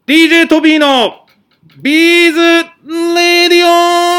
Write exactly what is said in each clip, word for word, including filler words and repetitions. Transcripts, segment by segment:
ディージェー トビーのビーズレディオ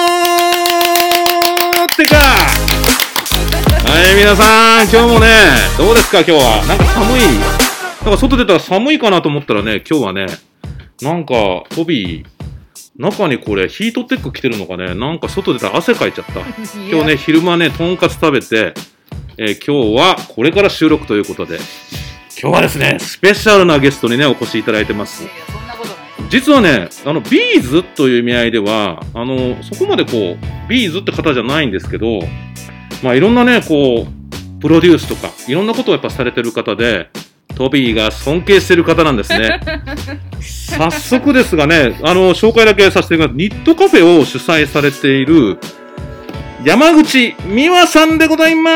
ってか。はい、皆さん、今日もね、どうですか今日は。なんか寒い。なんか外出たら寒いかなと思ったらね、今日はね、なんかトビー、中にこれヒートテック着てるのかね、なんか外出たら汗かいちゃった。今日ね、昼間ね、とんかつ食べて、えー、今日はこれから収録ということで、今日はですね、スペシャルなゲストにね、お越しいただいてます。実はね、あの、ビーズという意味合いでは、あの、そこまでこう、ビーズって方じゃないんですけど、まあいろんなね、こう、プロデュースとか、いろんなことをやっぱされてる方で、トビーが尊敬してる方なんですね。早速ですがね、あの、紹介だけさせてください。ニットカフェを主催されている、山口美和さんでございます。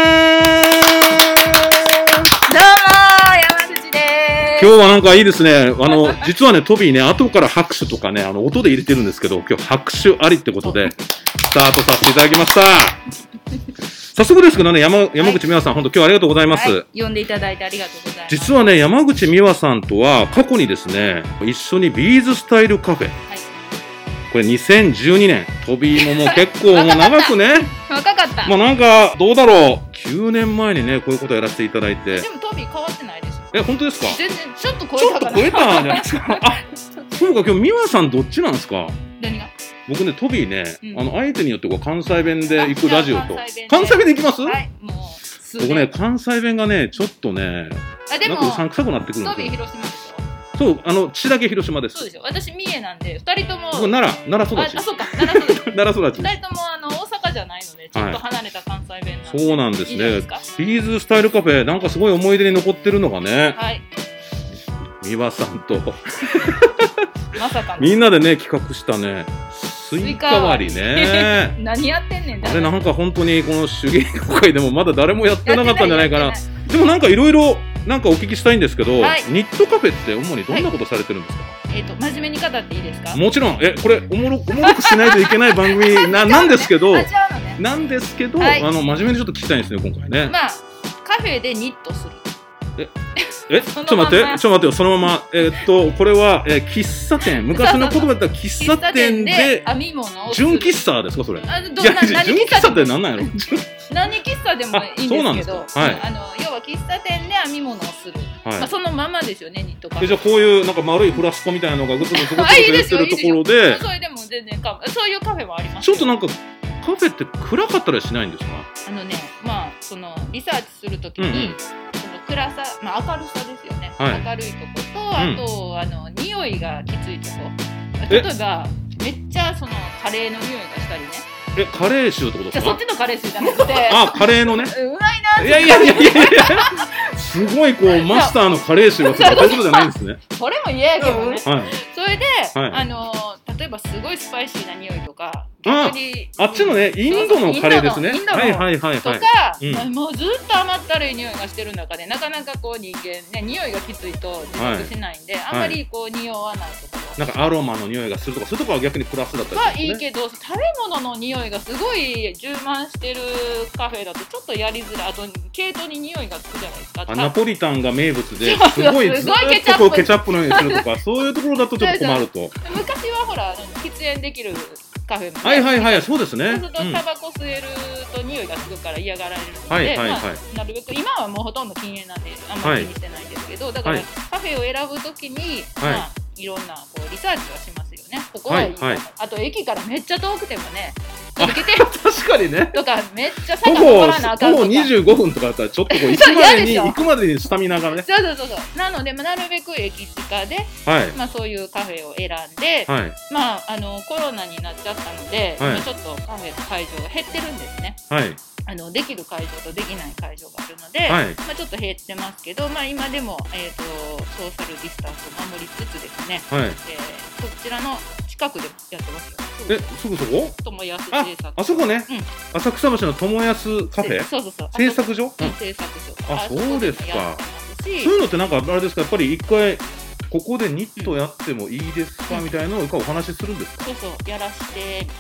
どうもー、山口でーす。 今日はなんかいいですね。あの、実はね、トビーね、後から拍手とかね、あの、音で入れてるんですけど、今日拍手ありってことで、スタートさせていただきました。早速ですけどね、山、山口美和さん、はい、本当今日はありがとうございます、 はい。呼んでいただいてありがとうございます。 実はね、山口美和さんとは過去にですね、一緒にビーズスタイルカフェ。はい、これにせんじゅうにねん、トビーももう結構もう長くね。 若かった。 まあなんか、どうだろう。きゅうねんまえにね、こういうことをやらせていただいて。 でもトビー変わってないですよ。 え、本当ですか？ 全然、ちょっと超えたかな。 ちょっと超えたんじゃないですか。あ、そうか、今日美和さんどっちなんですか？ 何が？ 僕ね、トビーね、うん、あの、相手によってこう関西弁で行くラジオと。関西弁で行きます？ はい、もう。 僕ね、関西弁がね、ちょっとね、 あ、でも、 なんかうさんくさくなってくるんですよ。 トビー広島でしょ？ そう、あの、血だけ広島です。 そうでしょ。私、三重なんで、二人とも。 僕、奈良、奈良育ち。 あ、そうか、奈良育ち。 奈良育ち。 二人とも、あの、大阪じゃないので、ちょっと離れた関西弁なんで。 そうなんですね。ビーズスタイルカフェ、なんかすごい思い出に残ってるのがね。 はい。 美和さんと。 まさか。 みんなでね、企画したね。スイカ割りね。 何やってんねん。 あれなんか本当にこの手芸業界でもまだ誰もやってなかったんじゃないかな。でもなんかいろいろなんかお聞きしたいんですけど、はい、ニットカフェって主にどんなことされてるんですか？ はい、えっ、ー、と真面目に語っていいですか？ もちろん。え、これおもろおもろくしないといけない番組ななんですけど、なんですけど、はい、あの真面目にちょっと聞きたいんですね今回ね。 まあカフェでニットする。 ええ、ちょっと待って、ちょっと待ってよ、そのまま、えー、っと、これは、えー、喫茶店、昔の言葉だったら喫茶店で、 編み物を純喫茶ですか、それ。 あ、どいや、純喫茶って何なんやろ？ 何喫茶でもいいんですけど、 はい、 あの要は喫茶店で編み物をする。はい、まあそのままですよね、ニットカフェ。 じゃあこういうなんか丸いフラスコみたいなのがぐつぐつぐつぐつやってるところで、 それでも全然か、そういうカフェもあります。 ちょっとなんかカフェって暗かったりしないんですか？ あのね、まあそのリサーチするときに、うんうん、その暗さ、まあ明るさですよね。はい、明るいとこと、あと、うん、あの匂いがきついとこ。例えばめっちゃそのカレーの匂いがしたりね。 え、カレー臭ってことですか？ そっちのカレー臭じゃなくて。 あ、カレーのね。 うまいな。 いやいやいやいやいや。すごいこうマスターのカレー臭がするとかそういうことじゃないんですね。 それも嫌やけどね。はい、それで、 はい、 あの例えばすごいスパイシーな匂いとか、 逆に あ, あっちのねインドのカレーですね。はいはいはいはい。 とか、うんまあ、もうずっと甘ったるい匂いがしてる中でなかなかこう人間ね匂いがきついと自覚しないんで、はい、あんまりこう匂わないところ。 なんかアロマの匂いがするとかそういうところは逆にプラスだったりは、ね、いいけど食べ物の匂いがすごい充満してるカフェだとちょっとやりづらい。あと毛糸に匂いがつくじゃないですか。 ナポリタンが名物ですごいずっとこうケチャップの匂いするとかそういうところだとちょっと困ると。 昔はほら喫煙できるカフェも、ね、 はいはいはい、そうですね。 そうするとタバコ吸えると匂いがつくから嫌がられるので、 はいはいはい、 まあ、なるべく今はもうほとんど禁煙なんであんまり気にしてないんですけど、はい、だからカフェを選ぶときに、はい、まあいろんなこうリサーチはしますよね。ここはいい、はいはい、あと駅からめっちゃ遠くてもね。 確かにね。 とかめっちゃ坂登らなあかんとか。 徒歩にじゅうごふんとかだったらちょっとこう行くまでに行くまでにスタミナがね。 そうそうそうそう。なので、まあ、なるべく駅近で、はい、まあそういうカフェを選んで、はい、まああのコロナになっちゃったので、はい、今ちょっとカフェの会場が減ってるんですね。はい。あのできる会場とできない会場があるので、はい、まあちょっと減ってますけど、まあ今でもえっとソーシャルディスタンスを守りつつですね。はい。えー、こちらの近くでやってますよ。 え、すぐそこ？ 友安製作。 あそこね。うん、浅草橋の友安カフェ？ そうそうそう。 製作所？うん、 製作所。 あ、そうですか。そういうのってなんかあれですか、やっぱり一回ここでニットやってもいいですか、うん、みたいなのを一回お話しするんですか？ そうそう、やらして。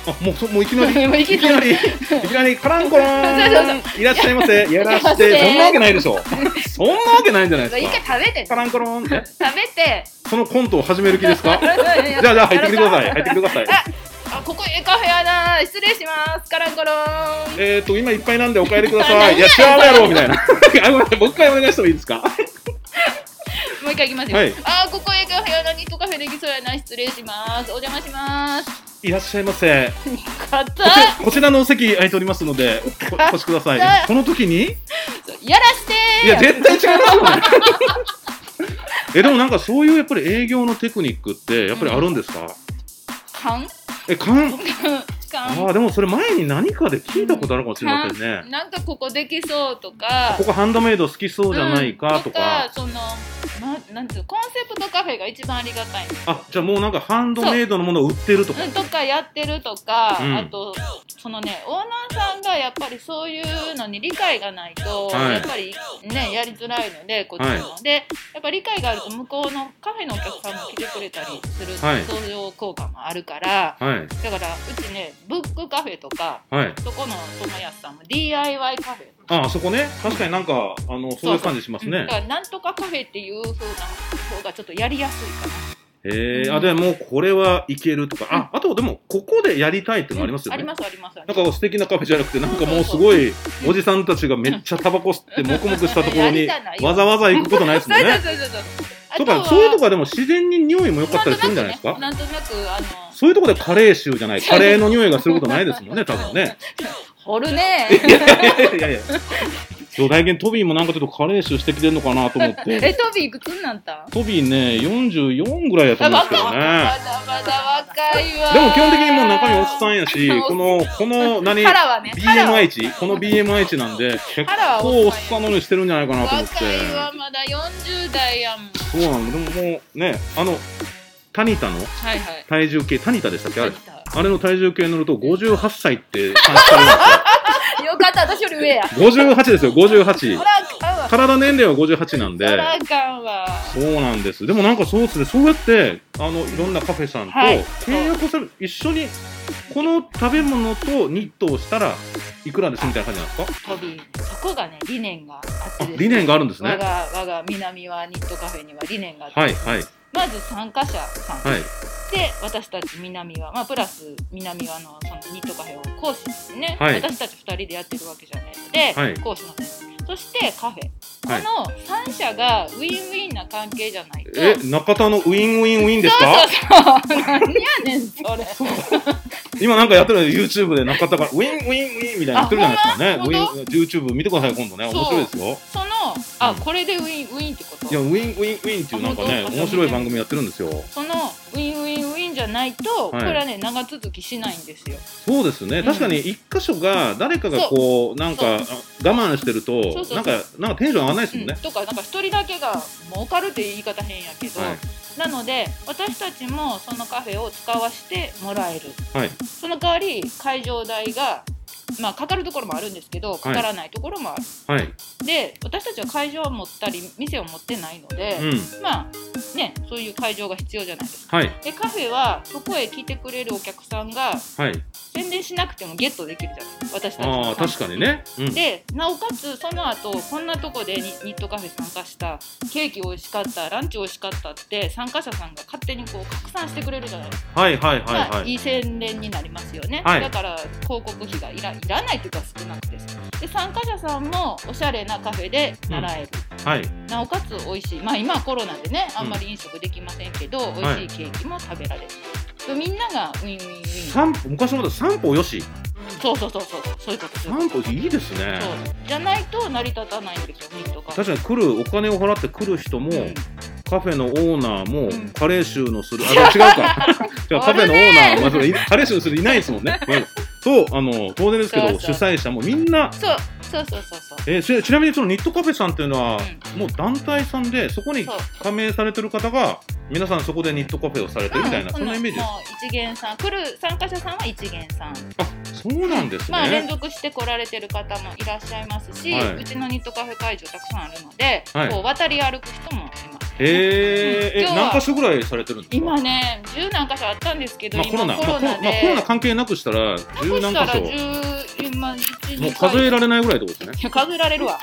あ、もうそもういきなりいきなりいきなりカランコロンいらっしゃいませやらしてそんなわけないでしょそんなわけないんじゃないですか。 一回食べてカランコロン食べてそのコントを始める気ですか。じゃあじゃあ入ってきてください入ってきてください。 あ、ここええカフェやな。失礼します。カランコロン。 えっと今いっぱいなんでお帰りください。いや違うやろみたいな。あ、ごめんなさい、もう一回お願いしてもいいですか。 もう一回いきますよ。はい、あ、ここええカフェやな。ニットカフェできそうやな。失礼します。お邪魔します。 いらっしゃいませ。 こち, こちらのお席空いておりますのでお越しください。この時にやらしてー。 いや絶対違いますもんね。えでもなんかそういうやっぱり営業のテクニックってやっぱりあるんですか。 勘、うん、 え勘ああでもそれ前に何かで聞いたことあるかもしれませんね。 なんかここできそうとか、 ここハンドメイド好きそうじゃないかとか、 うん、とかそのななんていうコンセプトカフェが一番ありがたいんです。 あ、じゃあもうなんかハンドメイドのものを売ってるとか、 うん、とかやってるとか、 うん、 あとそのねオーナーさんがやっぱりそういうのに理解がないと、 はい、 やっぱりねやりづらいのでこっちも、はい、でやっぱり理解があると向こうのカフェのお客さんも来てくれたりする相乗効果もあるから、はい、だからうちねブックカフェとか、はい、そこの友安さんも ディーアイワイ カフェ、 ああそこね確かになんかあのそういう感じしますね。 だからなんとかカフェっていう風な方がちょっとやりやすいかな。 へえ、うん、あでもこれはいけるとか、うん、ああとでもここでやりたいってのもありますよね、うん、 ありますあります。 なんか素敵なカフェじゃなくてなんかもうすごいおじさんたちがめっちゃタバコ吸ってもくもくしたところにわざわざ行くことないですもんね。 そうそうそうそうとかそういうとかでも自然に匂いも良かったりするんじゃないですか。 なんとなくあのそういうところでカレー臭じゃないカレーの匂いがすることないですもんね多分ね。 掘るね。 いやいやいやいや今日大変トビーもなんかちょっとカレー臭してきてるのかなと思って。 えトビーいくつになった？ トビーねよんじゅうよんぐらいやと思うんですけどね。まだまだ若いわ。 でも基本的にもう中身おっさんやしこのこの何、ね、ビーエムアイ 値この ビーエムアイ 値なんで結構おっさんのにしてるんじゃないかなと思って。 若いわまだよんじゅう代やもん。 そうなんだ。でももうねあのタニタの体重計、はいはい、タニタでしたっけあれあれの体重計に乗るとごじゅうはっさいって感じされるんですよ。 よかった私より上や。 ごじゅうはちですよごじゅうはち。体年齢はごじゅうはちなんで。 あかんわ。 そうなんです。でもなんかそうですねそうやってあのいろんなカフェさんと契約をする、はい、一緒にこの食べ物とニットをしたらいくらですみたいな感じなんですか。 トビーそこがね理念があってですね。 理念があるんですね。 我が我が南はニットカフェには理念があって、 はいはい。 まず参加者さん、 はい、 で私たち南は、まあ、プラス南はのそのニットカフェを講師ですね、はい、私たちふたりでやってるわけじゃないので、はい、講師の先生そしてカフェ、はい、このさん社がウィンウィンな関係じゃないと。 え中田のウィンウィンウィンですか。 そうそうそう何やねんそれ今なんかやってる YouTube で中田がウィンウィンウィンみたいな言ってるじゃないですかね。ウィン YouTube 見てください今度ね面白いですよ。 そのあ、うん、これでウィンウィンってこと。 いやウィンウィンウィンっていうなんかね面白い番組やってるんですよ。 そのウィンウィンウィンじゃないと、はい、これはね長続きしないんですよ。 そうですね、うん、確かに一箇所が誰かがこうなんか我慢してるとそうそうそうなんかなんかテンション上がらないですもんね、 うん、とかなんか一人だけが儲かるって言い方変やけど、はい、なので私たちもそのカフェを使わせてもらえる、はい、その代わり会場代がまあかかるところもあるんですけどかからないところもある、はい、で私たちは会場を持ったり店を持ってないので、うん、まあねそういう会場が必要じゃないですか、はい、でカフェはそこへ来てくれるお客さんが、はい、宣伝しなくてもゲットできるじゃないですか私たちの。 あ確かにね、うん、 でなおかつその後こんなとこでニットカフェ参加したケーキ美味しかったランチ美味しかったって参加者さんが勝手にこう拡散してくれるじゃないですか。 はいはいはいはい、 まあ、いい宣伝になりますよね、はい、だから広告費がい ら, いらないというか少なくてで参加者さんもおしゃれなカフェで習える、うんはい、なおかつ美味しい、まあ、今はコロナでねあんまり飲食できませんけど、うん、美味しいケーキも食べられる、はい、みんながウィンウィンウィン散歩昔のこと散歩よし、 そうそうそうそうそういうこと散歩いいですね。 そうじゃないと成り立たないんですよニットカフェ。 確かに来るお金を払って来る人も、うんカフェのオーナーもカレー臭のする、うん、あ違うかじゃあカフェのオーナー、まあ、それカレー臭のするいないですもんねとあの当然ですけどそうそう主催者もみんなそうそうそうそうそう、 えー、ちなみにそのニットカフェさんっていうのは、うん、もう団体さんでそこに加盟されてる方が皆さんそこでニットカフェをされてるみたいな、うん、そんなイメージです。 もう一元さん来る参加者さんは一元さん。 あそうなんですね、 まあ、連続して来られてる方もいらっしゃいますし、はい、うちのニットカフェ会場たくさんあるので、はい、こう渡り歩く人もいます。 へえ、何箇所ぐらいされてるんですか？ 今ね、十何箇所あったんですけど、 まあ、コロナ、 コロナで、 まあ、コロナ関係なくしたら十何箇所。 今もう数えられないぐらいってことですね。 数えられるわ。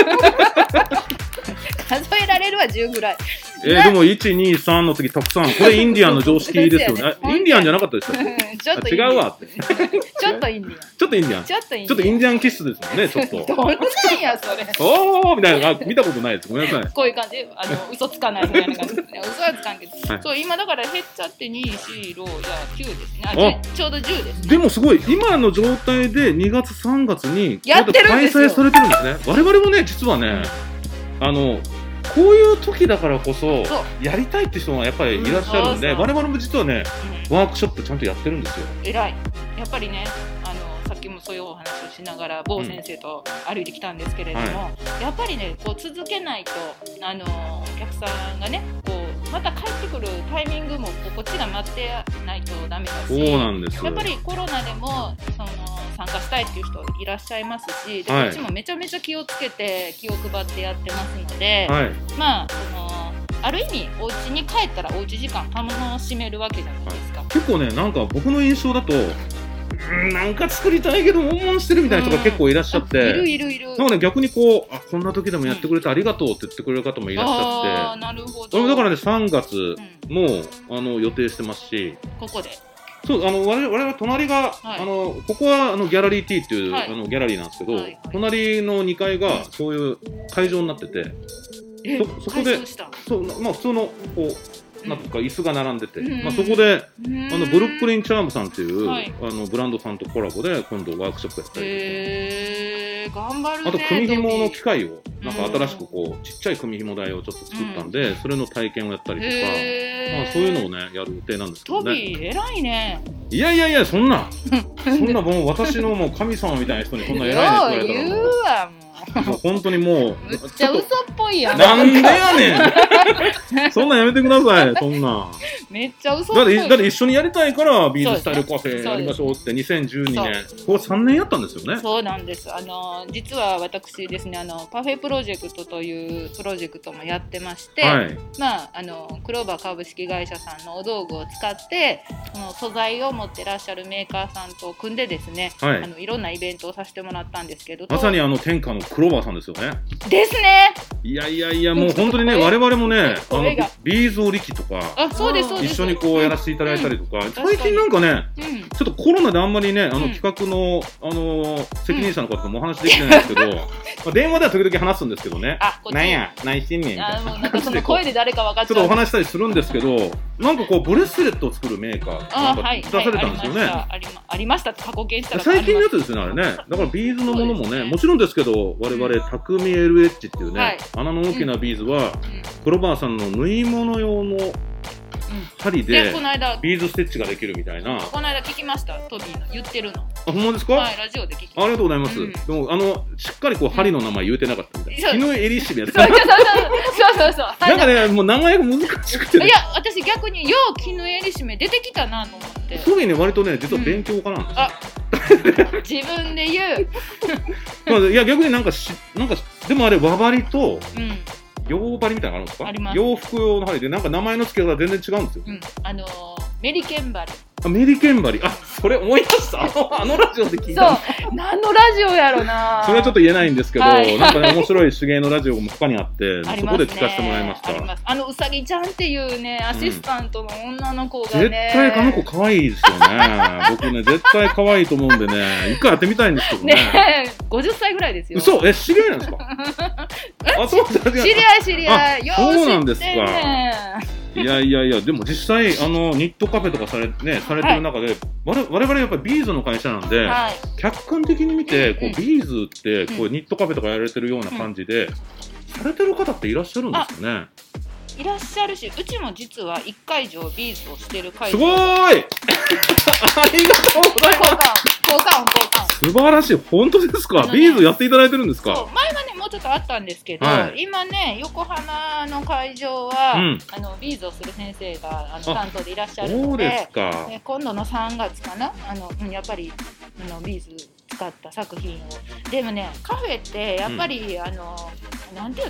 数えられるわじゅうぐらい。 えー、でもいち、に、さんの次たくさん。これインディアンの常識ですよね。インディアンじゃなかったですか？ ちょっと違うわって。 ちょっとインディアン。 ちょっとインディアン。 ちょっとインディアン。 ちょっとインディアン気質ですもんね、ちょっと。 どんなんやそれ。 おーみたいな、見たことないです。ごめんなさい。 こういう感じ、あの嘘つかないみたいな感じですね。嘘はつかんけど、はい、そう今だから減っちゃってに、よん、ろく、いやきゅうですね。あ、ちょうどじゅうですね。 でもすごい今の状態でにがつさんがつにやってるんですよ。 開催されてるんですね。我々もね実はね、あの。こういう時だからこそやりたいって人がやっぱりいらっしゃるんで、我々も実はね、うん、ワークショップちゃんとやってるんですよ。 偉い。やっぱりね、あのさっきもそういうお話をしながら某先生と歩いてきたんですけれども、うんはい、やっぱりねこう続けないとあのお客さんがねこうまた帰ってくるタイミングもこっちが待ってないとダメだし、 そうなんです。 やっぱりコロナでもその参加したいっていう人いらっしゃいますし、で、はい、こっちもめちゃめちゃ気をつけて気を配ってやってますので、はい、まあそのある意味お家に帰ったらおうち時間楽しめるわけじゃないですか、はい、 結構ねなんか僕の印象だとうんなんか作りたいけど悶々してるみたいな人が結構いらっしゃって、うん、 いるいるいる。 なんかね逆にこうあこんな時でもやってくれてありがとうって言ってくれる方もいらっしゃって、うん、 あなるほど。 だからねさんがつも、うん、あの予定してますし、 ここでそうあの我々は隣が、はい、あのここはあのギャラリー T っていう、はい、あのギャラリーなんですけど、はいはい、隣のにかいがそういう会場になってて、そ, そこでそう、まあ、普通のこうなんか椅子が並んでて、うんまあ、そこであのブルックリンチャームさんっていう、はい、あのブランドさんとコラボで今度ワークショップやったりとか、 へー頑張るね。 あと組紐の機械をなんか新しくこうちっちゃい組紐台をちょっと作ったんで、うん、それの体験をやったりとか、まあ、そういうのをねやる予定なんですけどね。 トビー偉いね。 いやいやいやそんなそんなもう私のもう神様みたいな人にこんな偉いねって言われたらもう言うわもうもう本当にもうめっちゃ嘘っぽいやん。 なんでやねんそんなんやめてください。そんなめっちゃ嘘っぽい。 だってだって一緒にやりたいからビーズスタイルカフェやりましょうってにせんじゅうにねんこれさんねんやったんですよね。 そうなんです。あの実は私ですねあのパフェプロジェクトというプロジェクトもやってまして、はい、まああのクローバー株式会社さんのお道具を使ってその素材を持ってらっしゃるメーカーさんと組んでですね、はい、あのいろんなイベントをさせてもらったんですけど、 まさにあの天下のクローバーさんですよね。 ですね。 いやいやいやもう本当にね我々もねあのビーズ織り機とかあそうですそうです一緒にこうやらせていただいたりとか、うん、最近なんかね、うん、ちょっとコロナであんまりねあの企画の、あの責任者の方ともお話できてないんですけど、うん、まあ電話では時々話すんですけどね。あなんや何してんねんみたいな。 なんかその声で誰か分かっちゃう。 ちょっとお話したりするんですけど、なんかこうブレスレットを作るメーカーなんか出されたんですよね。 ありまありましたって過去形したら最近のやつですよねあれね。だからビーズのものもねもちろんですけど我々匠 エルエッジっていうね、はい、穴の大きなビーズは、うん、クロバーさんの縫い物用の針でビーズステッチができるみたいな、 この間聞きましたトビーの言ってるの。あほんまですか？ はいラジオで聞きました。 ありがとうございます、うん、でもあのしっかりこう針の名前言うてなかったみたいな、うん、絹襟締めやつそうそうそうそうなんかねもう名前が難しくて、ね、 いや私逆によう絹襟締め出てきたなと思ってそういうね割とね実は勉強家なんです、うん、あ自分で言うまあいや逆になんかしなんかでもあれ和針と、うん洋針みたいなのあるんですか？あります。洋服用の針でなんか名前の付け方が全然違うんですよ、 うん、あのー、メリケン針。 あメリケン針あそれ思い出したあのあのラジオで聞いた。 そう何のラジオやろな。 それはちょっと言えないんですけど、はい、なんかね面白い手芸のラジオも他にあってそこで聞かせてもらいました。 あります。あのうさぎちゃんっていうねアシスタントの女の子がね、うん、 絶対あの子可愛いですよね僕ね絶対可愛いと思うんでね一回会ってみたいんですけどね。 ねごじゅっさいぐらいですよ。 嘘え知り合いなんですかあそう知り合い知り合い。 そうなんですか。いやいやいやでも実際あのニットカフェとかされ,、ね、されてる中で、はい、我, 我々やっぱりビーズの会社なんで、はい、客観的に見てこうビーズってこうニットカフェとかやられてるような感じで、うん、されてる方っていらっしゃるんですよね。 いらっしゃるしうちも実はいっかいじょうビーズをしてる会社。すごーいありがとうございます。 交換交換素晴らしい。本当ですか、ね、ビーズやっていただいてるんですか。 そう前はねもうちょっとあったんですけど、はい、今ね横浜の会場は、うん、あのビーズをする先生があの担当でいらっしゃるので、そうですか。で今度のさんがつかなあの、うん、やっぱりあのビーズ使った作品をでもねカフェってやっぱり、うん、あのなんていうの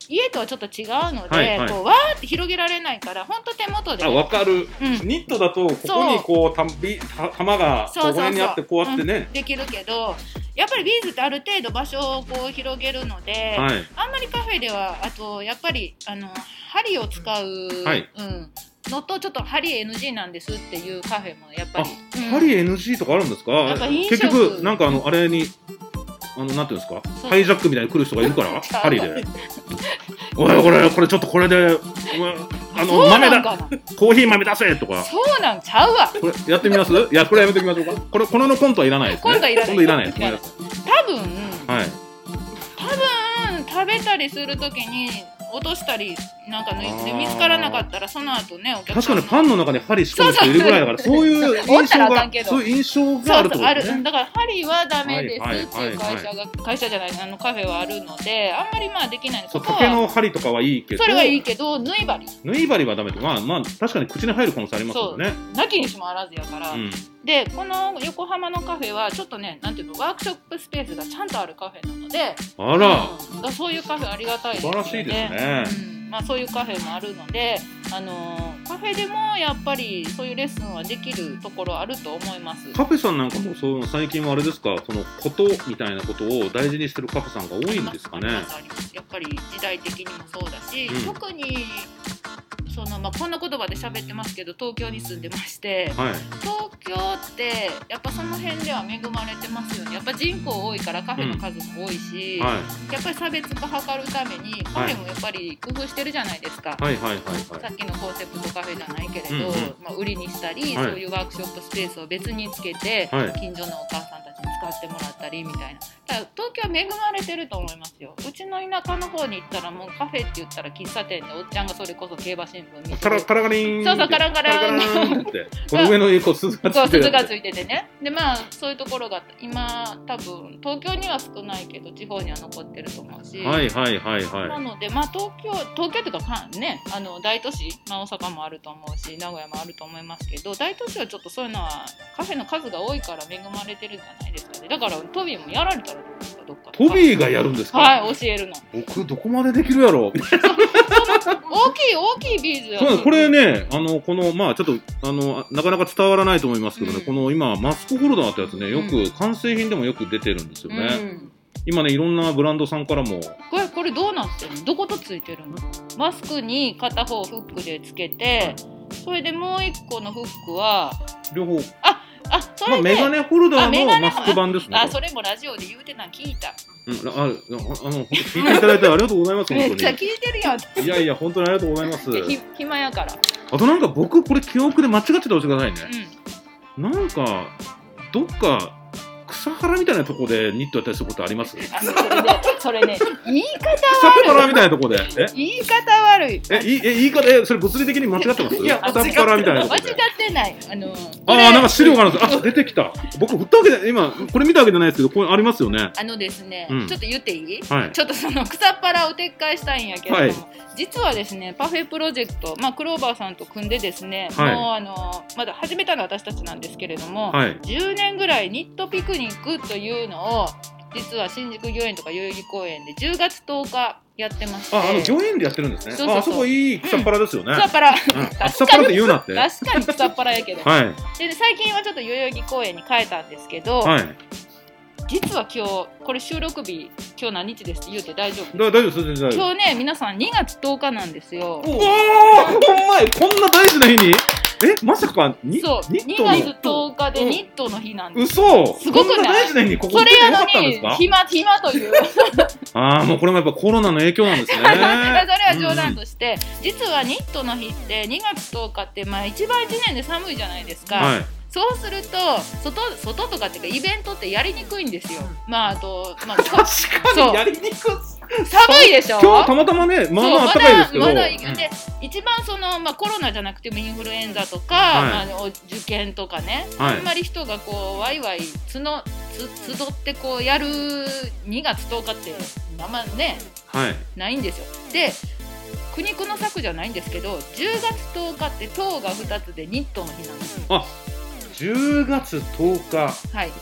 家とはちょっと違うので、はいはい、こうわーって広げられないから本当手元で、 あ、分かる、うん、ニットだとここにこうたびた玉がここ辺にあってこうやってね、 うん、できるけどやっぱりビーズってある程度場所をこう広げるので、はい、あんまりカフェではあとやっぱりあの針を使う、はい、うんのとちょっと針 エヌジー なんですっていうカフェもやっぱり、 うん、針 エヌジー とかあるんですか？結局なんかあのあれにあのなんていうんですか、ハイジャックみたいに来る人がいるから針でおいこれこれちょっとこれであの豆だコーヒー豆出せとかそうなんちゃうわこれやってみます？いやこれやめておきましょうか。これこのコントはいらないですね。 コントいらないコントいらないですね。 多分、はい、多分食べたりするときに落としたりなんかで見つからなかったらその後ねお客さん確かにパンの中に針仕込む人いるぐらいだからそういう印象がそういう印象があるってことですね。 だから針はダメですっていう会社が会社じゃないあのカフェはあるのであんまりまあできないんです。 そう竹の針とかはいいけどそれはいいけど縫い針縫い針はダメってまあまあ確かに口に入る可能性ありますよね。 なきにしもあらずやから、うん、でこの横浜のカフェはちょっとねなんていうのワークショップスペースがちゃんとあるカフェなのであら、 うん、だそういうカフェありがたいですよね。 素晴らしいですね。 うんまあ、そういうカフェもあるので、あのー、カフェでもやっぱりそういうレッスンはできるところあると思います。 カフェさんなんかもそう最近はあれですかそのことみたいなことを大事にしてるカフェさんが多いんですかね。 やっぱり時代的にもそうだし、うん、特にその、まあ、こんな言葉で喋ってますけど東京に住んでまして、はい、東京ってやっぱその辺では恵まれてますよね。やっぱ人口多いからカフェの数も多いし、うんはい、やっぱり差別化図るためにカフェもやっぱり工夫してるじゃないですか、はいはいはいはい、さっきのコンセプトカフェじゃないけれど、うんうんまあ、売りにしたり、はい、そういうワークショップスペースを別につけて、はい、近所のお母さんたちに使ってもらったりみたいな。だから東京は恵まれてると思いますよ。うちの田舎の方に行ったらもうカフェって言ったら喫茶店でおっちゃんがそれこそ競馬新聞見てカラカラガリーンそうそうカラカラーンってこの上のこう鈴がついてる鈴がついててね。でまあそういうところが今多分東京には少ないけど地方には残ってると思うし、 はいはいはいはい。 なのでまあ東京東京っていうかねあの大都市、まあ、大阪もあると思うし名古屋もあると思いますけど大都市はちょっとそういうのはカフェの数が多いから恵まれてるんじゃないですかね。だからトビーもやられたらどうですかどっか。 トビーがやるんですか。 はい教えるの。 僕どこまでできるやろ。 大きい大きいビーズそうこれねあのこのまあちょっとあのなかなか伝わらないと思いますけどね、うん、この今マスクホルダーってやつねよく、うん、完成品でもよく出てるんですよね、うん、今ねいろんなブランドさんからもこれこれどうなってるのどことついてるの。マスクに片方フックでつけてそれでもう一個のフックは両方ああそれで、 まあ、メガネホルダーのマスク版ですね。 あそれもラジオで言うてたん聞いた。 うん、ああの聞いていただいてありがとうございます。 めっちゃ聞いてるやん。 いやいや本当にありがとうございます。 ひ暇やから。 あとなんか僕これ記憶で間違ってて教えてくださいね、うん、なんかどっか草原みたいなとこでニットやったりすることあります？ あそれね、それね言い方悪い。 草原みたいなとこでえ言い方悪い。 えいえ言い方えそれ物理的に間違ってます？いや草原みたいなとこで間違ってない。あのああなんか資料があるんです。あ出てきた。僕振ったわけで今これ見たわけじゃないですけどこれありますよね。 あのですね、うん、ちょっと言っていい？ はい、 ちょっとその草っぱらを撤回したいんやけれども、はい、実はですねパフェプロジェクトまあクローバーさんと組んでですね、はい、もうあのまだ始めたのは私たちなんですけれども、はい、じゅうねんぐらいニットピクニックというのを実は新宿御苑とか代々木公園でじゅうがつとおかやってまして。 あ、あの御苑でやってるんですね。そうそうそう。あ、あそこいい草っぱらですよね。うん、 草っぱら、うん、 草っぱらって言うなって。 確かに草っぱらやけど、はい、で最近はちょっと代々木公園に変えたんですけど、はい、実は今日これ収録日今日何日ですって言うて大丈夫？ 大丈夫です。 今日ね皆さんにがつとおかなんですよ。 おおほんまやこんな大事な日にえまさかにそうにがつとおかでニットの日なんです。 嘘すごくない？ 大事な日にここそれやのに暇暇というああもうこれもやっぱコロナの影響なんですね。それは冗談として、うん、実はニットの日ってにがつとおかってまあ一番一年で寒いじゃないですか、はい、そうすると 外, 外とかっていうかイベントってやりにくいんですよ。まああと、まあ、 確かにやりにくい寒いでしょ。 今日たまたまねまあまあ暖かいですけどまだまだいい、うん、で一番その、まあ、コロナじゃなくてもインフルエンザとか、はいまあ、受験とかね、はい、あんまり人がこうワイワイつのつ集ってこうやるにがつとおかってあんまね、はい、ないんですよ。で苦肉の策じゃないんですけどじゅうがつとおかってとうがふたつでニットの日なんですよ。 あじゅうがつとおか、 はい、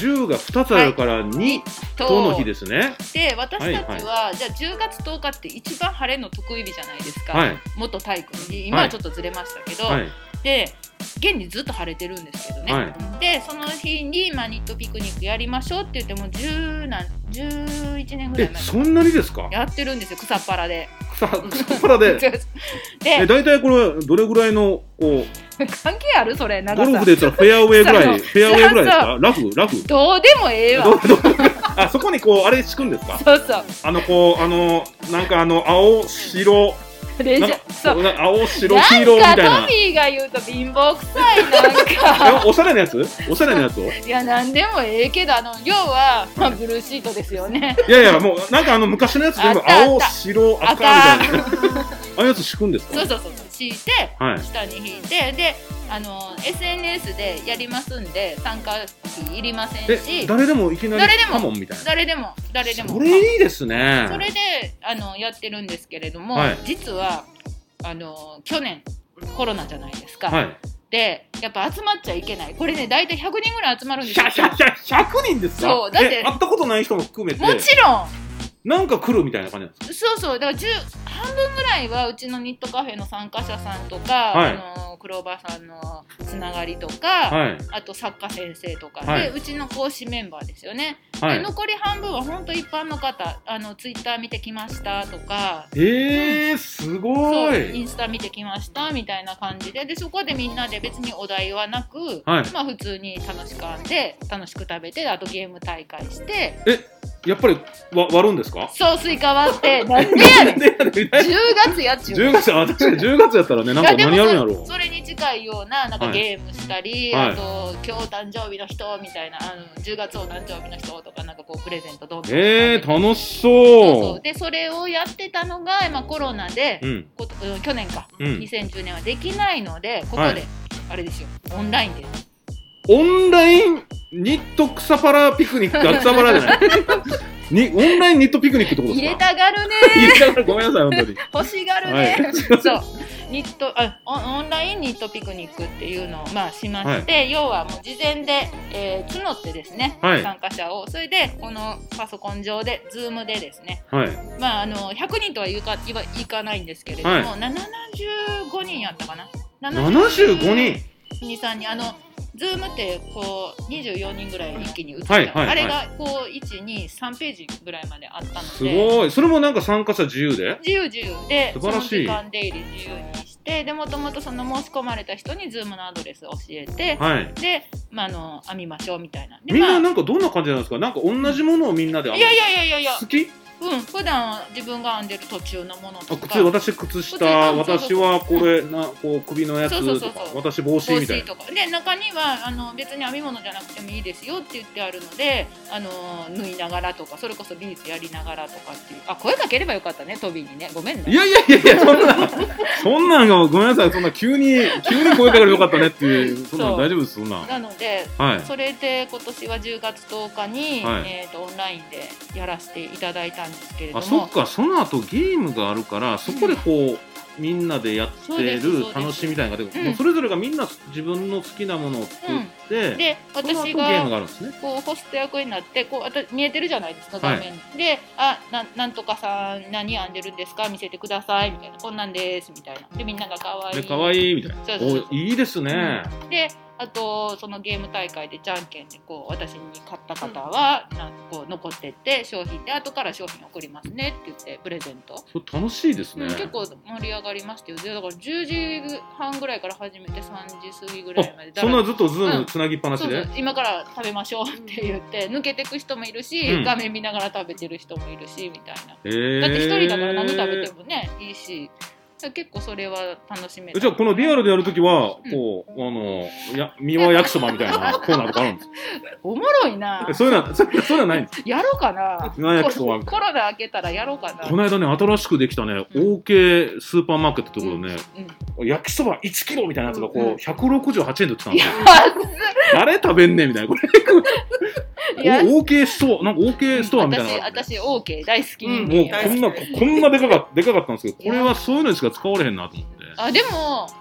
じゅうがふたつあるからにとの日ですね。 で私たちは、はいはい、じゃあじゅうがつとおかって一番晴れの得意日じゃないですか、はい、元体育の日。今はちょっとずれましたけど、はい、で現にずっと晴れてるんですけどね、はい、でその日に、まあ、ニットピクニックやりましょうって言ってもじゅうなんじゅういちねんぐらい前そんなにですかやってるんですよ、草っぱらで。 草, 草っぱらででえ大体これどれぐらいのこう関係あるそれ長さ。 ゴルフで言ったらフェアウェイぐらいフェアウェイぐらいですか？ラフラフどうでもええわ。 あそこにこうあれ敷くんですか？ そうそう、 あのこうあのなんかあの青白レジャそう青白黄色みたいな。 なんかトミーが言うと貧乏くさいなんかおしゃれなやつおしゃれなやつをいやなんでもええけどあの要は、まあ、ブルーシートですよね。 いやいやもうなんかあの昔のやつ全部青白赤みたいなああいうやつ敷くんですか？ そうそうそう敷いて、はい、下に引いてであの エスエヌエス でやりますんで参加費いりませんし誰でもいきなりカモンみたいな。 誰でも誰でもそれいいですね。 それであのやってるんですけれども、はい、実はあの去年コロナじゃないですか、はい、でやっぱ集まっちゃいけない。これね大体ひゃくにんぐらい集まるんですよ。 ひゃくにんですか？ そうだって会ったことない人も含めてもちろんなんか来るみたいな感じなんですか？そうそう、だからじゅう半分ぐらいはうちのニットカフェの参加者さんとか、はい、あのクローバーさんのつながりとか、はい、あと作家先生とかで、はい、うちの講師メンバーですよね、はい、で残り半分は本当一般の方、あのツイッター見てきましたとか、 えー、うん、すごい。 インスタ見てきましたみたいな感じで、でそこでみんなで別にお題はなく、はい、まあ普通に楽しく編んで楽しく食べて、あとゲーム大会して。 えやっぱりわ割るんですか？ そうスイカ割ってなんでやねんじゅうがつやっちゅうじゅうがつあ確かにじゅうがつやったらねなんか何やるんやろう。 それに近いようななんかゲームしたり、はい、あと今日誕生日の人みたいなあのじゅうがつお誕生日の人とかなんかこうプレゼントどうぞえー楽しそう。 そうそうでそれをやってたのが、まあ、コロナで、うん、こ去年か、うん、にせんじゅうねんはできないのでここで、はい、あれですよオンラインでオンラインニット草パラピクニック草パラじゃないにオンラインニットピクニックってことですか？ 入れたがるね入れたがるごめんなさい本当に欲しがるね、はい、そうニットあオンラインニットピクニックっていうのをまあしまして、はい、要はもう事前で、えー、募ってですね、はい、参加者をそれでこのパソコン上でズームでですね、はい、まああのひゃくにんとは言うか言わいかないんですけれども、はい、ななじゅうごにんやったかなななじゅうごにんに、さんにんあのズームってこうにじゅうよにんぐらい一気に移っちゃう、はいはいはい、あれがこういち、に、さんページぐらいまであったので。 すごい。それもなんか参加者自由で？ 自由自由で素晴らしい。 その時間出入り自由にしてでもともとその申し込まれた人にズームのアドレスを教えて、はい、で、まあ、あの編みましょうみたいなで、 みんななんかどんな感じなんですか？なんか同じものをみんなで編む？ いやいやいやいやいや好き？ うん、普段自分が編んでる途中のものとか靴私靴下私はこれなこう首のやつとか私帽子みたいな帽子とかで中にはあの別に編み物じゃなくてもいいですよって言ってあるのであの縫いながらとかそれこそビーズやりながらとかっていうあ声かければよかったねトビーにねごめんねいやいやいやいやそんなそんなんがごめんなさいそんな急に急に声かければよかったねっていうそんなん大丈夫ですそんななので、はい、それで今年はじゅうがつとおかに、はいえー、とオンラインでやらせていただいたんですけれどもあそっかその後ゲームがあるからそこでこう、うん、みんなでやってる楽しみたいなのが、うん、それぞれがみんな自分の好きなものを作って、うん、 で私がゲームがあるんですねこうホスト役になってこうあと見えてるじゃないですか画面、はい、であ な, なんとかさん何編んでるんですか見せてくださいみたいなこんなんですみたいなでみんながかわいいかわいいみたいなそうそうそうおいいですね、 うん、であとそのゲーム大会でじゃんけんでこう私に買った方はなんかこう残ってって商品で後から商品送りますねって言ってプレゼントそれ楽しいですね、 うん、結構盛り上がりましたよだからじゅうじはんぐらいから始めてさんじ過ぎぐらいまでそんなずっとズームつなぎっぱなしで、 うん、そうそう今から食べましょうって言って抜けてく人もいるし、うん、画面見ながら食べてる人もいるしみたいな、えー、だって一人だから何食べてもねいいし結構それは楽しめる。 じゃあこのリアルでやるときは、うん、こうあのや三輪焼きそばみたいなコーナーとかあるんですかおもろいなそういうのそういうのないんですやろうかな三輪焼きそばコロナ明けたらやろうかなこの間ね新しくできたね、うん、オーケー スーパーマーケットってところでね、うんうん、焼きそばいちキロみたいなやつがこう、うん、ひゃくろくじゅうはちえんで売ってたんですよ誰食べんねんみたいなこれオーケーストアなんか オーケー ストアみたいな私 オーケー 大好き人間、うん、もうこんなこんなでかかでかかったんですけどこれはそういうのしか使われへんなと思ってあでも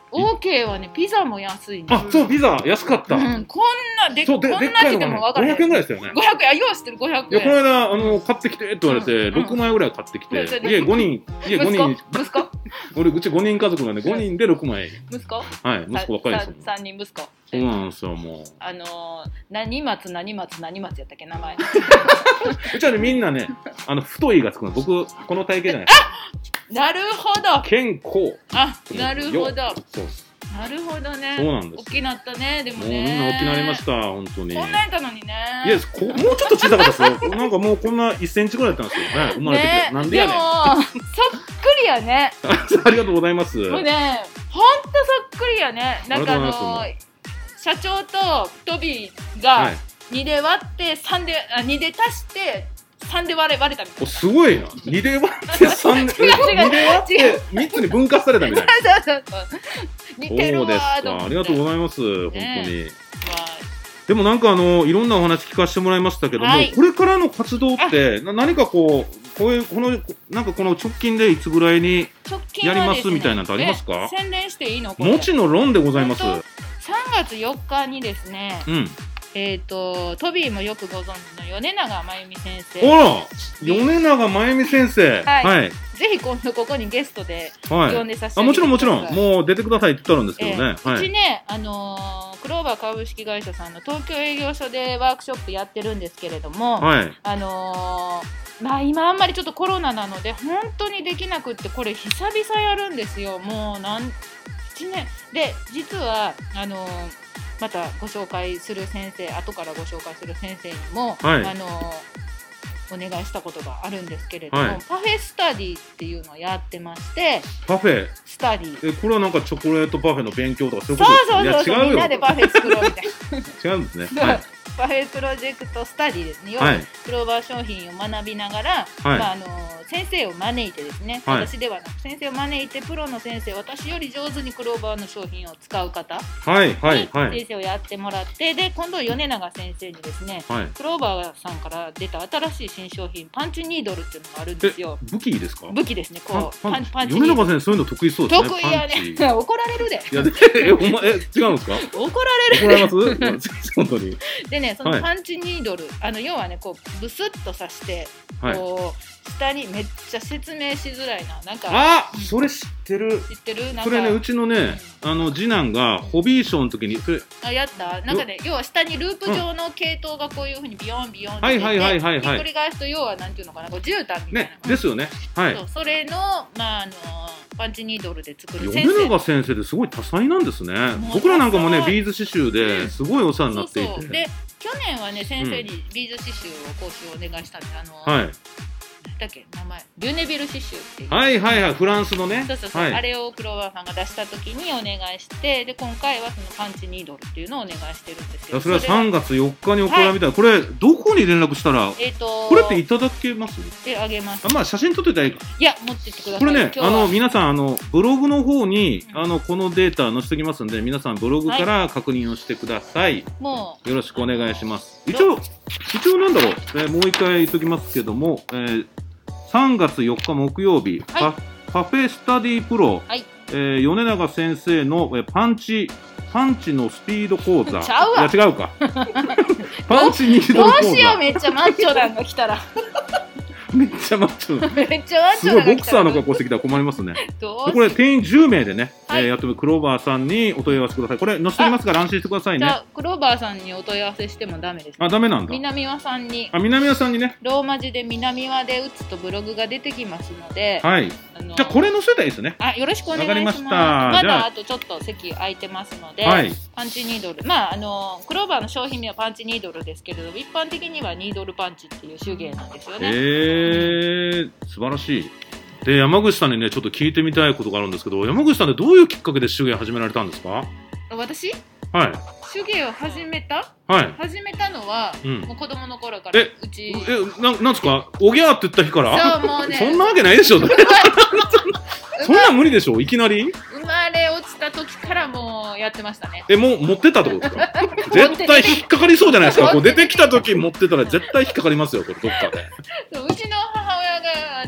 オーケー はね、ピザも安いんです。 あ、そう、ピザ安かった。 うん、こんなで、こんなってでも分かる。 ごひゃくえんぐらいですよね。 ごひゃくえん、あ、よう知ってる、ごひゃくえん。 いや、この間、あの、買ってきてって言われて、ろくまいぐらい買ってきて、家ごにん、家ごにん。 息子俺、うちごにん家族なんで、ごにんでろくまい。 息子はい、息子ばっかりですよ。 さんにん息子。 そうなんですよ、もう。 あのー、何松、何松、何松やったっけ、名前。 うちはね、みんなね、あの、太いがつくの。僕、この体型じゃないですか。 なるほど。 健康。 あ、なるほど。 そう。 なるほどね。 そうなんです。 大きなったね、でもね。 もうみんな大きなりました、本当に。 こんなやったのにね。 いや、こもうちょっと小さかったですよ。なんかもうこんないっセンチぐらいだったんですよね。生まれてきて。なんでやねん。 でも、そっくりやね。 ありがとうございます。 もうね、ほんとそっくりやね。なんかあのー、社長とトビーがにで割ってさんで、あ、にで足して、さんで割れ割れたみたいな。 すごいな。にで割ってさんで、にで割ってみっつに分割されたみたいな。 そうそうそう。似てるわーと思って。そうですか。 ありがとうございます。本当に。でもなんかあの、いろんなお話聞かせてもらいましたけども、これからの活動って、何かこう、こういう、この、なんかこの直近でいつぐらいにやりますみたいなのってありますか？ 宣伝していいの？ もちのろんでございます。さんがつよっかにですね、うん。えっと、トビーもよくご存知の米長真由美先生。 あら、米長真由美先生。 はい。はい、ぜひ今度ここにゲストで呼んでさせて、はい、あ、 もちろんもちろん、もう出てくださいって言ったんですけどね。 えーはい、うちね、あのー、クローバー株式会社さんの東京営業所でワークショップやってるんですけれども、はい、あのー、まあ今あんまりちょっとコロナなので本当にできなくって、これ久々やるんですよ。もうなんいちねんで、実はあのーまたご紹介する先生、後からご紹介する先生にも、はい、あのお願いしたことがあるんですけれども、はい、パフェスタディっていうのをやってまして。 パフェスタディ。 え、これはなんかチョコレートパフェの勉強とかそういうことですか？ そうそうそうそう、みんなでパフェ作ろうみたいな。違うんですね。はい、 パフェプロジェクトスタディですね。要はクローバー商品を学びながら、はい、まあ、あの先生を招いてですね、はい、私ではなく先生を招いて、プロの先生、私より上手にクローバーの商品を使う方に先生をやってもらって、で今度米長先生にですね、はい、クローバーさんから出た新しい新商品パンチニードルっていうのがあるんですよ。 武器ですか？ 武器ですね。こうパンパンチニードル。米長先生そういうの得意そうですね。 得意やね。怒られるで。 いやでえお前え違うんですか？ 怒られる。 怒られます？本当に。 でね、そのパンチニードル、はい、あの要はね、こうブスッと刺して、はい、こう下にめっちゃ説明しづらいな、なんか。 あ、うん、それ知ってる。 知ってる。なんかそれね、うちのね、うん、あの次男がホビーショーの時にそれあやった。なんかね、要は下にループ状の系統がこういう風にビヨンビヨンって出て、はいはいはいはい、 ひっくり返すと要はなんていうのかな、こう絨毯みたいな。 ね、ですよね。はい。 そう、それのまああのパンチニードルで作る先生。米長先生ですごい多彩なんですね。僕らなんかもね、ビーズ刺繍ですごいお世話になっていて。 そうそうで去年はね、先生にビーズ刺繍を講習をお願いしたんで、あのー、はい。 だっけ名前リュネビル刺繍っていう、 はいはいはい、フランスのね、 そうそうそう、 はい、 あれをクローバーさんが出した時にお願いして、で今回はそのパンチニードルっていうのをお願いしてるんですけど、 それはさんがつよっかに行うみたいな、はい、これどこに連絡したら、えー、とこれっていただけます？ であげます。 あ、まあ写真撮ってたらいいか。 いや持ってってください。 これね、あの皆さんあのブログの方に、うん、あのこのデータ載せておきますんで、皆さんブログから確認をしてください。はい、もうよろしくお願いします。一応一応なんだろう、えー、もう一回言っときますけども、えーさんがつよっか木曜日、はい、パフェスタディプロ、はい、えー、米長先生のパンチパンチのスピード講座。 ちゃうわ。 いや違うか。パンチニードル講座。 どうしよう、めっちゃマッチョなんが来たら。 めっちゃマッチョ。 めっちゃマッチョ。 すごいボクサーの格好してきたら困りますね。これ定員じゅうめいでね、はい、えー、やってるクローバーさんにお問い合わせください。これ載せておきますから安心してくださいね。じゃあクローバーさんにお問い合わせしてもダメです、ね。 あ、ダメなんだ。 南輪さんに。 あ、南輪さんにね。 ローマ字で南輪で打つとブログが出てきますので。 はい。あのー、じゃあこれ載せたらいいですね。 あ、よろしくお願いします。わかりました。まだあとちょっと席空いてますので、はい、パンチニードル。まああのー、クローバーの商品名はパンチニードルですけれども、一般的にはニードルパンチっていう手芸なんですよね。 へー。素晴らしい。で、山口さんにねちょっと聞いてみたいことがあるんですけど、山口さんってどういうきっかけで手芸始められたんですか？ 私？ はい。 手芸を始めた？ はい。 始めたのは、うん、もう子供の頃から。 え、うち。え、な、なんですか？おぎゃーって言った日から？ そう、もうね。 そんなわけないでしょ。そんなん無理でしょ、いきなり。 生まれ落ちた時からもうやってましたね。 え、もう持ってたってことですか？絶対引っかかりそうじゃないですか。こう出てきた時持ってたら絶対引っかかりますよ、これどっかで。 うちの母親があの手芸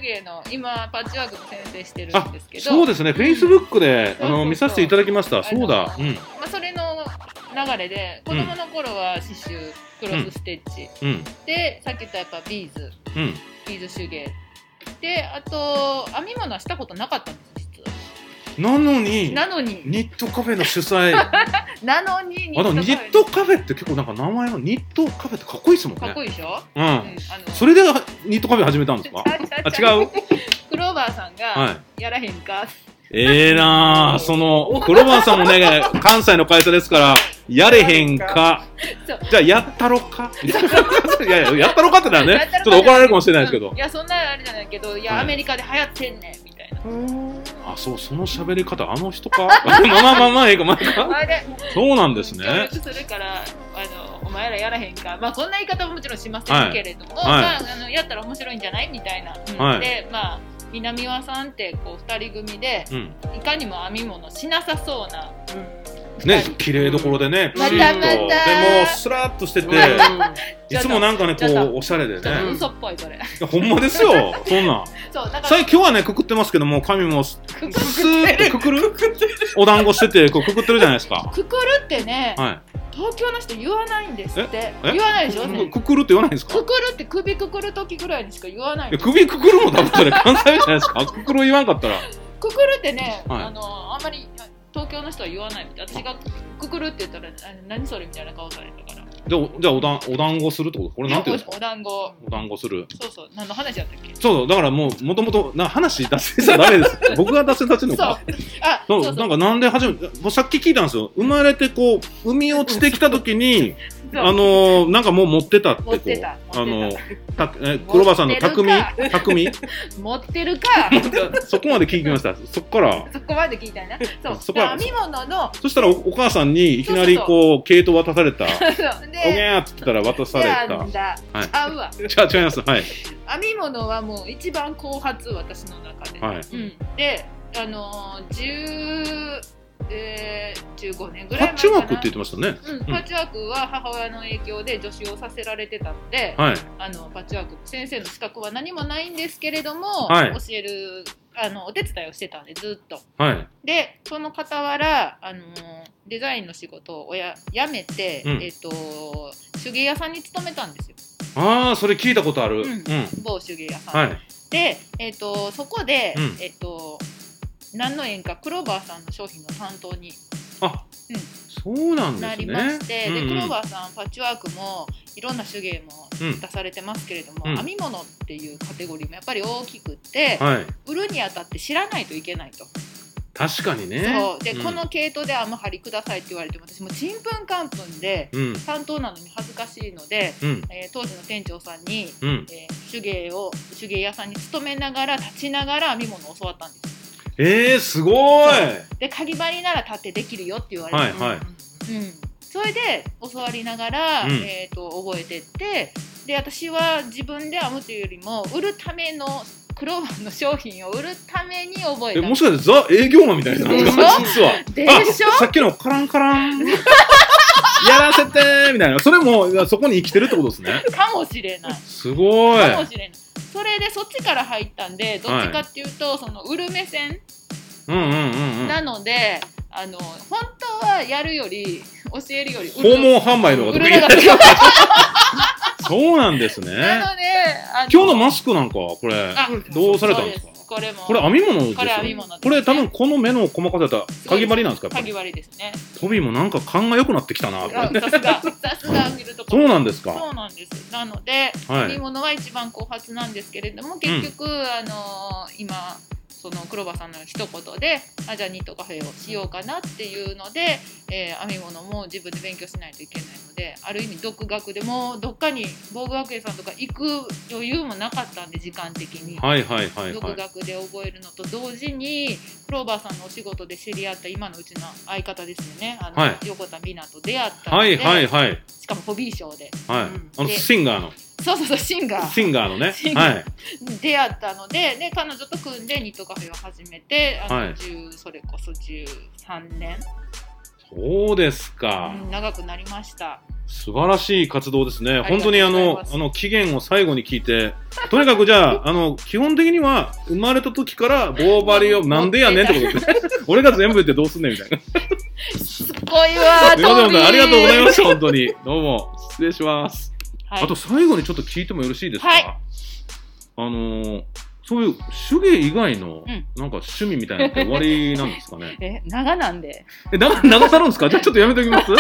芸の今パッチワークの先生してるんですけど、 そうですね、フェイスブックであの見させていただきました。そうだ、うん、 まあ、それの流れで子供の頃は刺繍、クロスステッチ、うん、でさっき言ったやっぱビーズ、うん、ビーズ手芸で、あと編み物はしたことなかったんです。 なのに、 なのにニットカフェの主催なのにニットカフェ、あのニットカフェって結構なんか名前のニットカフェってかっこいいですもんね。 かっこいいでしょ、 うん、うん、あのそれでニットカフェ始めたんですか？あ、違うクローバーさんがやらへんか、はい、 ええー、なー、そのクローバーさんもね関西の会社ですからやれへんかじゃあやったろかいやいややったろかってのはねちょっと怒られるかもしれないですけど、 うん、いやそんなあれじゃないけど、いや、はい、アメリカで流行ってんねんみたいな。 あ、そう、その喋り方あの人かまあまあまあまあいいかまあかそうなんですね。 協力するからあのお前らやらへんか、まあこんな言い方ももちろんしませんけれども、はい、まあ、あのやったら面白いんじゃないみたいな、うん、はい、でまあ南輪さんってこうふたり組で、うん、いかにも編み物しなさそうな、 うん、ね、綺麗どころでね、ピシッと、またまたでもスラッとしてて、うん、いつもなんかねこうおしゃれでね、 嘘っぽいそれ。いやほんまですよそんな。そうだから今日はねくくってますけども、髪もスーッとくくるお団子しててこうくくってるじゃないですか。 くくるってね、はい、東京の人言わないんですって。言わないでしょ、ね、 くくるって言わないんですか？くくるって首くくる時ぐらいにしか言わない。 いや首くくるも多分それ関西じゃないですか。くくる言わんかったらくくるってね、はい、あのあんまり東京の人は言わないみたい。私がくくるって言ったら何それみたいな顔されたから。 じゃあ、じゃあおだお団子するってこと？これなんていうんですか？ お団子。 お団子する。 そうそう。何の話やったっけ？ そうだからもうもともとな話出せちゃダメです。僕が出せたちのか。そう。あ、そうそう。なんかなんで始めもうさっき聞いたんですよ。生まれてこう海落ちてきた時にあのー、なんかもう持ってたってこう。持ってた。あのたえ黒羽さんの匠匠。 持ってるか。 そこまで聞きました。そこから。 そこまで聞いたね。そう。そこ編み物の。 そしたら お, お母さんにいきなりこう毛糸渡された。おぎゃーって言ったら渡された。 なんだ。はい、ちゃうわ。 じゃあ違います。はい。 編み物はもう一番後発、私の中で。はい。うん、で、あのー、じゅうえー、じゅうごねんぐらい前かな。パッチワークって言ってましたね。うん、パッチワークは母親の影響で助手をさせられてたので、はい、あのパッチワーク先生の資格は何もないんですけれども、はい、教えるあのお手伝いをしてたんでずっと。はい、でその傍らあのデザインの仕事をや辞めて、うん、えっと手芸屋さんに勤めたんですよ。 ああ、それ聞いたことある。うんうん、 某手芸屋さん。はい、で、えっとそこで、うん、えっと何の縁かクローバーさんの商品の担当にあ、うん、そうなんですね。 なりまして、うんうん、でクローバーさんパッチワークもいろんな手芸も出されてますけれども、うん、編み物っていうカテゴリーもやっぱり大きくって、はい、売るにあたって知らないといけないと。 確かにね。 そうで、うん、この毛糸で編む針くださいって言われても私もちんぷんかんぷんで、うん、担当なのに恥ずかしいので、うん、えー、当時の店長さんに、うん、えー、手芸を手芸屋さんに勤めながら立ちながら編み物を教わったんです。 えー、すごい。 でかぎ針なら立ってできるよって言われて、はいはい、うん、それで教わりながら、うん、えー、と覚えてって、で私は自分で編むというよりも売るためのクローバーの商品を売るために覚えた。 え、もしかしてザ営業マンみたいな。 でしょ実はでしょ。 さっきのカランカランやらせてーみたいな、それもそこに生きてるってことですね。 かもしれない。 すごい。 かもしれない。それでそっちから入ったんで、どっちかっていうと、はい、その売る目線なので、あの本当はやるより教えるより訪問販売のこと言ってそうなんですね。 なのであの今日のマスクなんかこれどうされたんですか？ これもこれ編み物ですよ。 これ編み物ですね。 これ多分この目の細かさたかぎ針なんですか？ かぎ針ですね。 トビーもなんか勘が良くなってきたな。 さすがさすが見るところ。そうなんですか。 そうなんです。なので、はい、編み物は一番後発なんですけれども、結局、うん、あのー、今その黒羽さんの一言であじゃあニットカフェをしようかなっていうので、えー、編み物も自分で勉強しないといけないので、ある意味独学でもうどっかに防具学園さんとか行く余裕もなかったんで、時間的に、はいはいはいはい、独学で覚えるのと同時にクローバーさんのお仕事で知り合った今のうちの相方ですよね、あの、はい、横田美奈と出会ったので、はいはいはい、しかもホビーショーで、はい、うん、 あのシンガーのそうそうそうシンガーシンガーのね、はい、 出会ったので、で彼女と組んでニットカフェを始めて、あの、はい、じゅうそれこそじゅうさんねんそうですか、 うん、長くなりました。 素晴らしい活動ですね。本当にあの、あの期限を最後に聞いて、とにかくじゃあ、あの、基本的には生まれた時から棒針をなんでやねんってことで、俺が全部言ってどうすんねんみたいな。 すごいわー、トビー。 ありがとうございました、本当に。どうも、失礼します。はい、あと最後にちょっと聞いてもよろしいですか？はい、あのー、そういう手芸以外の、なんか趣味みたいなのって終わりなんですかね。 え、長なんで。 え、長、長さるんですか？じゃあちょっとやめときます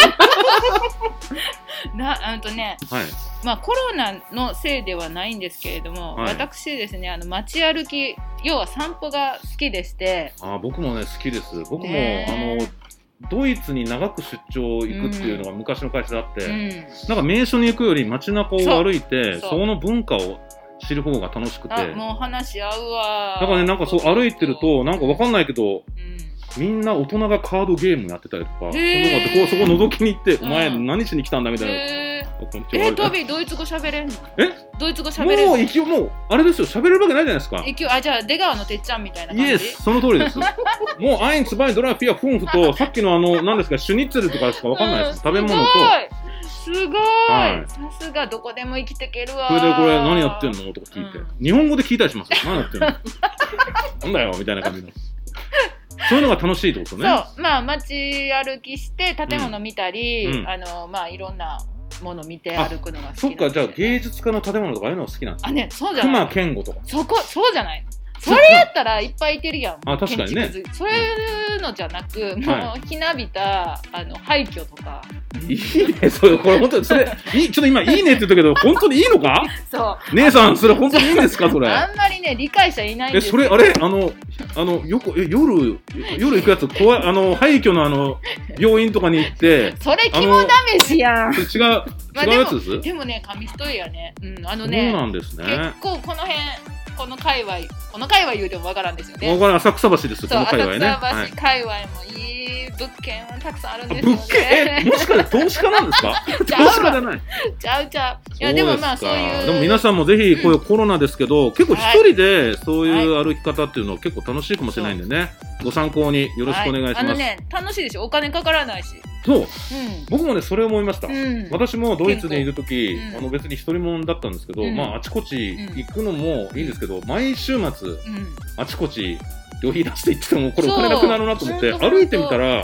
な、あのとね、はい、まあコロナのせいではないんですけれども、はい、私ですね、あの街歩き、要は散歩が好きでして。 あ、僕もね、好きです。僕も、あの、ドイツに長く出張行くっていうのが昔の会社であって、うん、なんか名所に行くより街中を歩いて、その文化を知る方が楽しくて。あ、 もう話合うわ。 だからね、なんかそう歩いてると、なんかわかんないけど、うん、みんな大人がカードゲームやってたりとか、そのそこ覗きに行って、うん、お前何しに来たんだみたいな。 えー、トビードイツ語喋れんの？ え？ ドイツ語喋れんの？ もう一応もうあれですよ、喋れるわけないじゃないですか。 一応あ、じゃあ出川のてっちゃんみたいな感じ。 イエス、その通りです。もうアインツバイドライフィアフンフとさっきのあの何ですかシュニッツェルとかしかわかんないです。うん、食べ物と。 すごい、はい、さすがどこでも生きていけるわ。 それでこれ何やってんのとか聞いて、うん、日本語で聞いたりしますよ。何やってんのなんだよみたいな感じの。そういうのが楽しいってことね。 そう、まあ街歩きして建物見たり、うん、あのまあいろんなもの見て歩くのが好きなんですよね。 そっか、じゃあ芸術家の建物とかああいうのが好きなんですか？ あね、そうじゃない。 熊健吾とか。 そこ、そうじじゃない。それやったらいっぱいいてるやん。 あ、確かにね。 そういうのじゃなく、もうひなびたあの廃墟とか。 いいね、それ、これ本当に、それ、いい、ちょっと今いいねって言ったけど、本当にいいのか？ そう。 姉さん、それ本当にいいんですか、それ。 あんまりね、理解者いないんですよ。 え、それ、あれ、あの、あの、よく、え、夜、夜行くやつ、怖い、あの、廃墟のあの、病院とかに行って。 それ肝試しやん。 違う、違うやつです？ でもね、紙一重やね。うん、あのね。 そうなんですね。 結構この辺、この界隈、この界隈言うてもわからんですよね。 わからん、浅草橋です、この界隈ね。 浅草橋界隈もいい物件たくさんあるんですよね。 物件？もしかして投資家なんですか？投資家じゃない。 ちゃうちゃう。いや、でもまあそういう。 でも皆さんもぜひ、こういうコロナですけど、結構一人でそういう歩き方っていうのは結構楽しいかもしれないんでね。ご参考によろしくお願いします。あのね、楽しいでしょ。お金かからないし。 そう、うん、僕もねそれを思いました、うん、私もドイツにいる時、うん、あの別に一人者だったんですけど、うん、まああちこち行くのもいいんですけど、うん、毎週末、うん、あちこち旅費出して行っててもこれお金なくなるなと思って歩いてみたら、うん、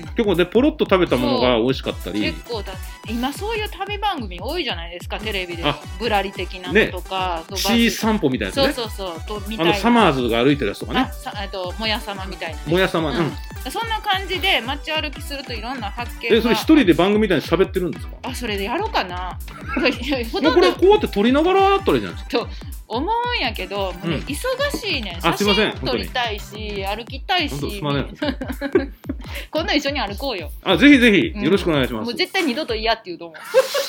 結構でポロッと食べたものが美味しかったり。 結構だ今そういう旅番組多いじゃないですか、テレビでぶらり的なのとか、 ね、シー散歩みたいなやつね。 そうそうそう、とみたいなあのサマーズが歩いてるやつとかね。 あさあともやさまみたいな、ね、 もやさま、うん、うん、 そんな感じで街歩きするといろんな発見が。え、それ一人で番組みたいに喋ってるんですか？ あ、それでやろうかな。 ほとんどこれこうやって撮りながらやったらいいじゃないですか。 と思うんやけど、うん、忙しいねん。写真撮りたいし、歩きたいし。すません。今度一緒に歩こうよ。 あ、ぜひぜひよろしくお願いします。うん、 もう絶対二度と嫌って言うと思う。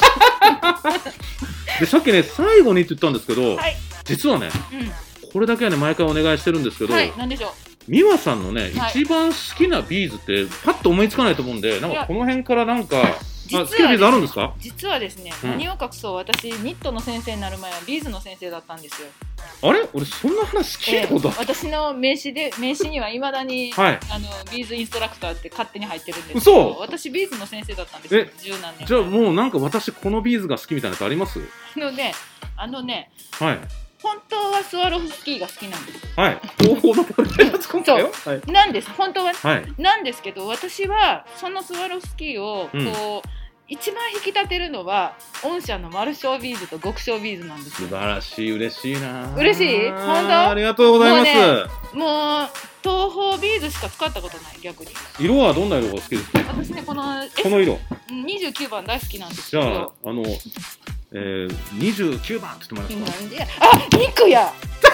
でさっきね最後にって言ったんですけど、はい、実はね、うん、これだけはね毎回お願いしてるんですけど、 はい、何でしょう。 美和さんのね、はい、一番好きなビーズってパッと思いつかないと思うんで、なんかこの辺からなんか。好きなビーズあるんですか？ 実はですね、うん、何を隠そう、私ニットの先生になる前はビーズの先生だったんですよ。 あれ、俺そんな話聞いたことある、 えー、私の名刺で名刺にはいまだに、はい、あのビーズインストラクターって勝手に入ってるんですけど、私ビーズの先生だったんですよ。十何年。 じゃあもうなんか私このビーズが好きみたいなのあります？ あのね、あのね、 はい。 本当はスワロフスキーが好きなんです。 はい。方法のこれそう、はい、なんです。本当は、ね、はい、なんですけど、私はそのスワロフスキーをこう、うん、一番引き立てるのは御社の丸小ビーズと極小ビーズなんです。 素晴らしい、嬉しいな。 嬉しい？本当？ ありがとうございます。 もう、ね、もう東方ビーズしか使ったことない。逆に。 色はどんな色が好きですか？ 私ね、この S、 この色にじゅうきゅうばん大好きなんですけど。 じゃああの、えー、にじゅうきゅうばんって言ってもらえますか？ なんで？あ、肉や。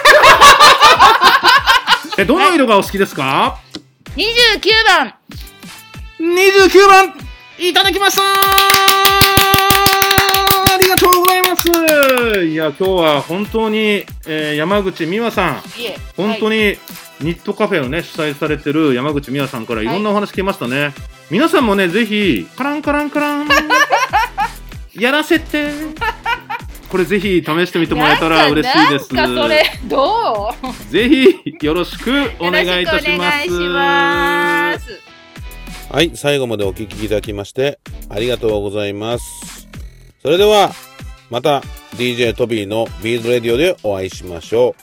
え、どの色がお好きですか？ はい、にじゅうきゅうばん。 にじゅうきゅうばんいただきました。ありがとうございます。いや、今日は本当に、えー、山口美和さん、本当にニットカフェをね主催されてる山口美和さんからいろんなお話聞きましたね。はい、皆さんもねぜひカランカランカランやらせて。これぜひ試してみてもらえたら嬉しいです。 なんかそれどう？ ぜひよろしくお願いいたします。 よろしくお願いします。 はい、最後までお聞きいただきましてありがとうございます。それではまた ディージェー トビーのビーズレディオでお会いしましょう。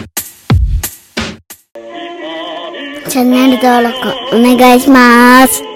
チャンネル登録お願いします。